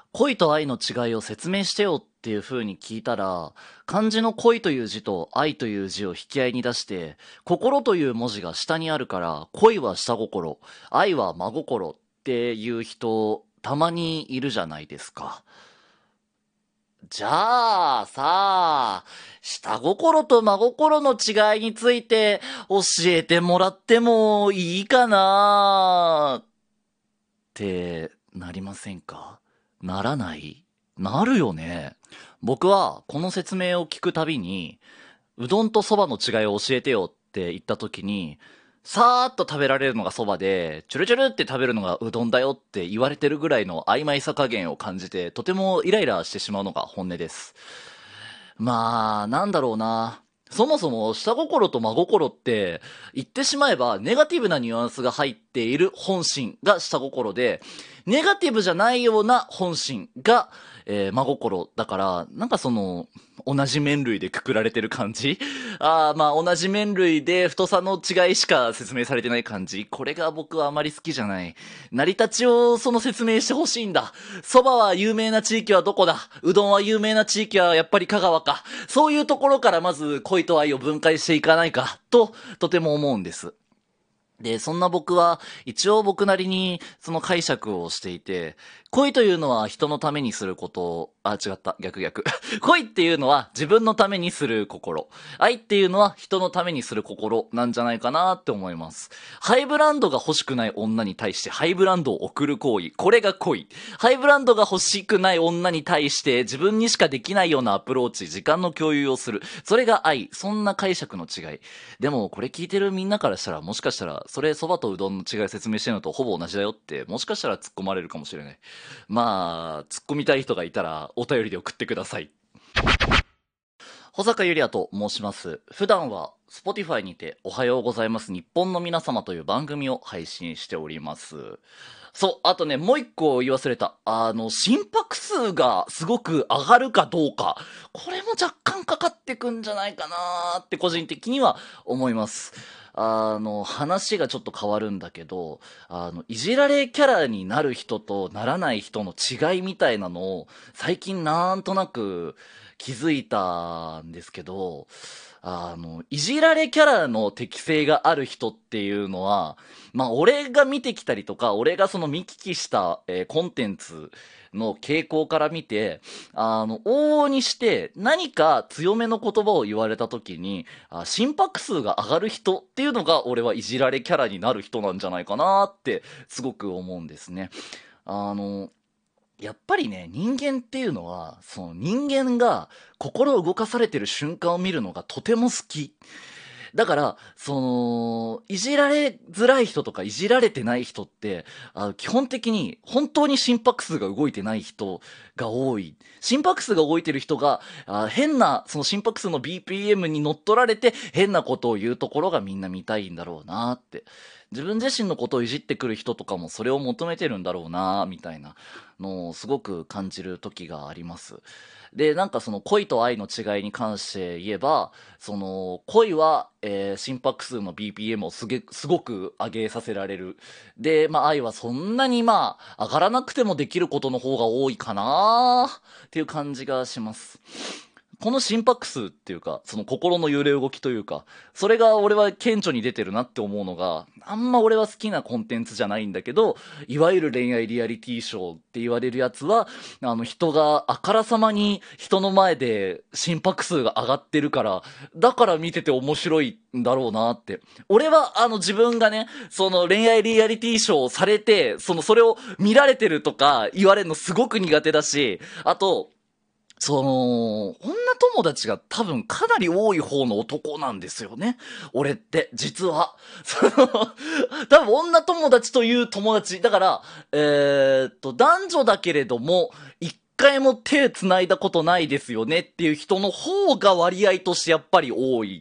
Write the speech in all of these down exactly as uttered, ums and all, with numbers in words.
恋と愛の違いを説明してよっていう風に聞いたら、漢字の恋という字と愛という字を引き合いに出して、心という文字が下にあるから、恋は下心、愛は真心っていう人、たまにいるじゃないですか。じゃあさ、下心と真心の違いについて教えてもらってもいいかなってなりませんか？ならない？なるよね。僕はこの説明を聞くたびに、うどんとそばの違いを教えてよって言った時に、さーっと食べられるのがそばで、チュルチュルって食べるのがうどんだよって言われてるぐらいの曖昧さ加減を感じて、とてもイライラしてしまうのが本音です。まあ、なんだろうな。そもそも下心と真心って言ってしまえばネガティブなニュアンスが入っている本心が下心で、ネガティブじゃないような本心が、えー真心だから、なんかその、同じ麺類でくくられてる感じ。ああ、まあ同じ麺類で太さの違いしか説明されてない感じ。これが僕はあまり好きじゃない。成り立ちをその説明してほしいんだ。蕎麦は有名な地域はどこだ？うどんは有名な地域はやっぱり香川か。そういうところからまず恋と愛を分解していかないか、と、とても思うんです。で、そんな僕は、一応僕なりに、その解釈をしていて、恋というのは人のためにすることを、あ、違った、逆逆。恋っていうのは自分のためにする心。愛っていうのは人のためにする心なんじゃないかなって思います。ハイブランドが欲しくない女に対してハイブランドを送る行為。これが恋。ハイブランドが欲しくない女に対して自分にしかできないようなアプローチ、時間の共有をする。それが愛。そんな解釈の違い。でもこれ聞いてるみんなからしたら、もしかしたらそれ蕎麦とうどんの違いを説明してるのとほぼ同じだよってもしかしたら突っ込まれるかもしれない。まあ突っ込みたい人がいたらお便りで送ってください。保坂ゆりやと申します。普段は Spotify にておはようございます日本の皆様という番組を配信しております。そう、あとね、もう一個言い忘れた。あの、心拍数がすごく上がるかどうか。これも若干かかってくんじゃないかなーって個人的には思います。あの、話がちょっと変わるんだけど、あの、いじられキャラになる人とならない人の違いみたいなのを、最近なんとなく気づいたんですけど、あの、いじられキャラの適性がある人っていうのは、まあ、俺が見てきたりとか、俺がその見聞きした、えーコンテンツの傾向から見て、あの、往々にして何か強めの言葉を言われた時に、あ、心拍数が上がる人っていうのが俺はいじられキャラになる人なんじゃないかなってすごく思うんですね。あの、やっぱりね、人間っていうのは、その人間が心を動かされてる瞬間を見るのがとても好き。だから、その、いじられづらい人とかいじられてない人って、あ基本的に本当に心拍数が動いてない人が多い。心拍数が動いてる人が、あ変な、その心拍数の ビーピーエム に乗っ取られて変なことを言うところがみんな見たいんだろうなって。自分自身のことをいじってくる人とかもそれを求めてるんだろうなみたいなのをすごく感じる時があります。で、なんかその恋と愛の違いに関して言えば、その恋は、えー心拍数の ビーピーエム をすげ、すごく上げさせられる。で、まあ愛はそんなにまあ上がらなくてもできることの方が多いかなっていう感じがします。この心拍数っていうか、その心の揺れ動きというか、それが俺は顕著に出てるなって思うのが、あんま俺は好きなコンテンツじゃないんだけど、いわゆる恋愛リアリティショーって言われるやつは、あの人があからさまに人の前で心拍数が上がってるから、だから見てて面白いんだろうなって。俺はあの自分がね、その恋愛リアリティショーをされて、そのそれを見られてるとか言われるのすごく苦手だし、あと、その、女友達が多分かなり多い方の男なんですよね。俺って、実は。その、多分女友達という友達。だから、えーっと、男女だけれども、一回も手繋いだことないですよねっていう人の方が割合としてやっぱり多い。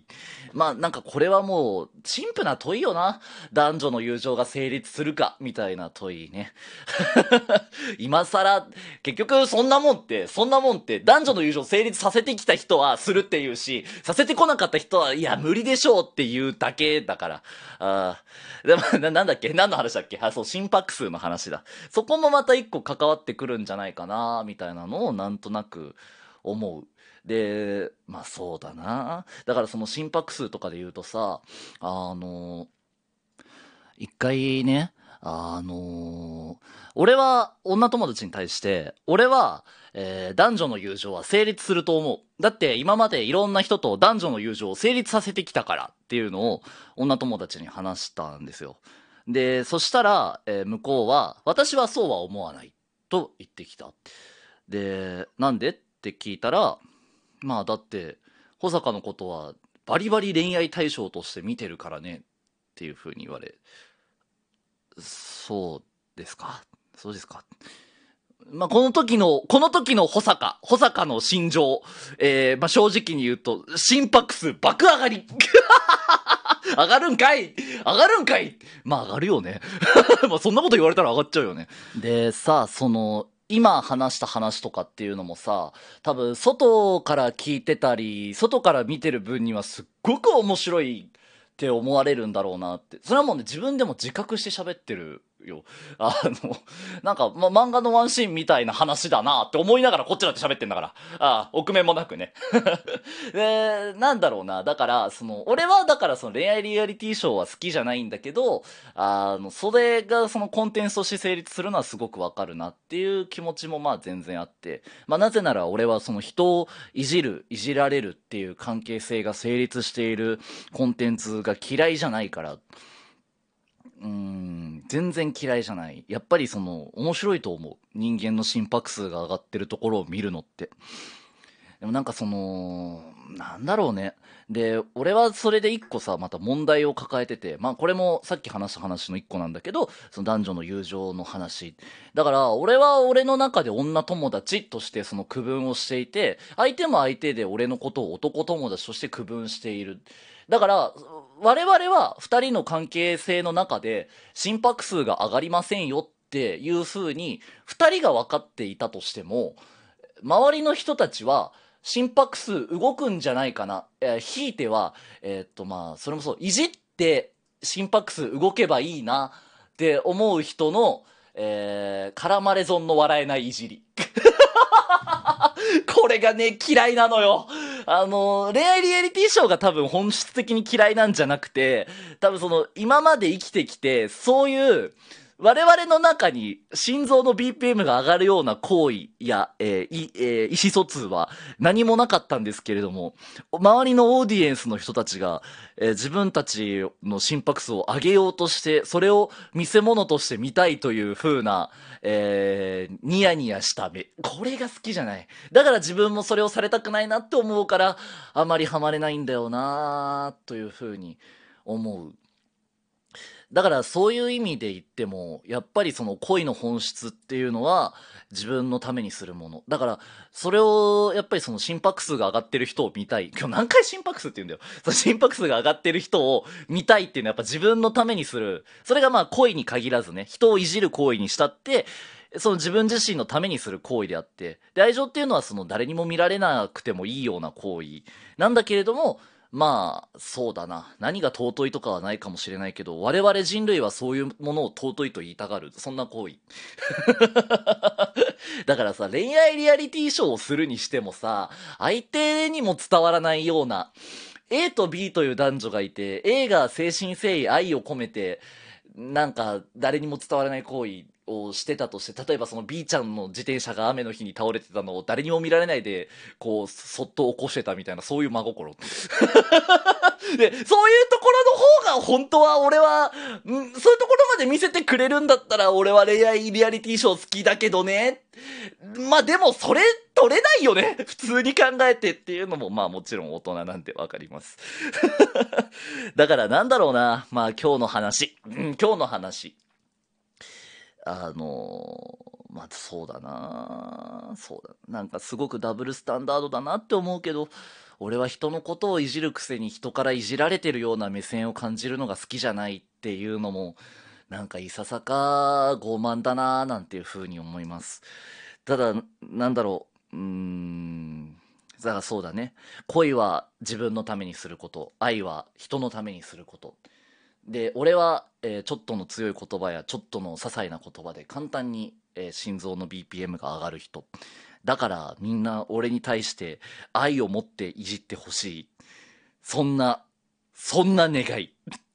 まあなんかこれはもう、陳腐な問いよな。男女の友情が成立するか、みたいな問いね。今更、結局そんなもんって、そんなもんって男女の友情成立させてきた人はするっていうし、させてこなかった人は、いや、無理でしょうっていうだけだから。あーでもな、なんだっけ何の話だっけあ、そう、心拍数の話だ。そこもまた一個関わってくるんじゃないかな、みたいなのをなんとなく思う。で、まあそうだな。だからその心拍数とかで言うとさ、あの、一回ね、あの俺は女友達に対して、俺は、えー男女の友情は成立すると思う。だって今までいろんな人と男女の友情を成立させてきたからっていうのを女友達に話したんですよ。で、そしたら、えー向こうは、私はそうは思わないと言ってきた。で、なんでって聞いたら、まあだって、保坂のことはバリバリ恋愛対象として見てるからねっていう風に言われ、そうですかそうですか。まあこの時の、この時の保坂、保坂の心情、えー、まあ正直に言うと、心拍数爆上がり上がるんかい上がるんかいまあ上がるよね。まあそんなこと言われたら上がっちゃうよね。でさ、その、今話した話とかっていうのもさ、多分外から聞いてたり、外から見てる分にはすっごく面白いって思われるんだろうなって。それはもうね、自分でも自覚して喋ってるよ。あの、なんか、ま、漫画のワンシーンみたいな話だなって思いながらこっちだって喋ってんだから。ああ、臆面もなくね。で、なんだろうな。だから、その、俺はだからその恋愛リアリティショーは好きじゃないんだけど、あの、それがそのコンテンツとして成立するのはすごくわかるなっていう気持ちもまあ全然あって、まあなぜなら俺はその人をいじる、いじられるっていう関係性が成立しているコンテンツが嫌いじゃないから、うーん、全然嫌いじゃない。やっぱりその、面白いと思う。人間の心拍数が上がってるところを見るのって。でもなんかその、なんだろうね。で、俺はそれで一個さ、また問題を抱えてて、まあこれもさっき話した話の一個なんだけど、その男女の友情の話。だから、俺は俺の中で女友達としてその区分をしていて、相手も相手で俺のことを男友達として区分している。だから、我々は二人の関係性の中で心拍数が上がりませんよっていう風に、二人が分かっていたとしても、周りの人たちは心拍数動くんじゃないかな。えー、ひいては、えーっとまあ、それもそう、いじって心拍数動けばいいなって思う人の、えー、絡まれ損の笑えないいじり。これがね、嫌いなのよ。あの、恋愛リアリティショーが多分本質的に嫌いなんじゃなくて、多分その、今まで生きてきて、そういう、我々の中に心臓の ビーピーエム が上がるような行為や、えーい、えー意思疎通は何もなかったんですけれども、周りのオーディエンスの人たちが、えー自分たちの心拍数を上げようとして、それを見せ物として見たいという風な、えーニヤニヤした目。これが好きじゃない。だから自分もそれをされたくないなって思うから、あまりハマれないんだよなという風に思う。だからそういう意味で言っても、やっぱりその恋の本質っていうのは自分のためにするもの。だから、それをやっぱりその心拍数が上がってる人を見たい。今日何回心拍数って言うんだよ。その心拍数が上がってる人を見たいっていうのはやっぱ自分のためにする。それがまあ恋に限らずね、人をいじる行為にしたって、その自分自身のためにする行為であって、で、愛情っていうのはその誰にも見られなくてもいいような行為なんだけれども、まあ、そうだな。何が尊いとかはないかもしれないけど、我々人類はそういうものを尊いと言いたがる。そんな行為。だからさ、恋愛リアリティショーをするにしてもさ、相手にも伝わらないような、A と B という男女がいて、A が誠心誠意愛を込めて、なんか誰にも伝わらない行為をしてたとして、例えばその B ちゃんの自転車が雨の日に倒れてたのを誰にも見られないで、こう、そっと起こしてたみたいな、そういう真心。で、そういうところの方が本当は俺は、んそういうところまで見せてくれるんだったら俺は恋愛リアリティショー好きだけどね。まあでもそれ取れないよね。普通に考えてっていうのもまあもちろん大人なんでわかります。だからなんだろうな。まあ今日の話。うん、今日の話。あのまあ、そうだなそうだ。なんかすごくダブルスタンダードだなって思うけど、俺は人のことをいじるくせに人からいじられてるような目線を感じるのが好きじゃないっていうのも、なんかいささか傲慢だななんていうふうに思います。ただ、なんだろう、うーん、だからそうだね。恋は自分のためにすること、愛は人のためにすること。で、俺は、えーちょっとの強い言葉やちょっとの些細な言葉で簡単に、えー心臓の ビーピーエム が上がる人。だからみんな俺に対して愛を持っていじってほしい。そんな、そんな願い。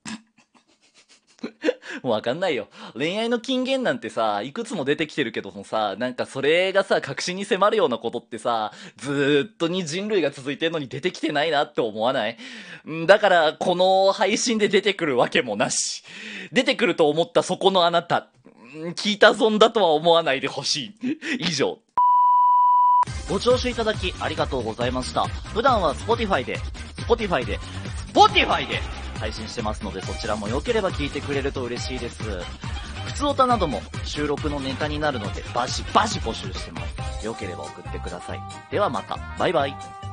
もうわかんないよ。恋愛の金言なんてさ、いくつも出てきてるけどもさ、なんかそれがさ、確信に迫るようなことってさ、ずーっとに人類が続いてるのに出てきてないなって思わない？んだから、この配信で出てくるわけもなし。出てくると思ったそこのあなた、ん聞いた損だとは思わないでほしい。以上。ご聴取いただきありがとうございました。普段は Spotify で、Spotify で、Spotify で配信してますので、そちらも良ければ聞いてくれると嬉しいです。普通歌なども収録のネタになるので、バシバシ募集してます。良ければ送ってください。ではまた。バイバイ。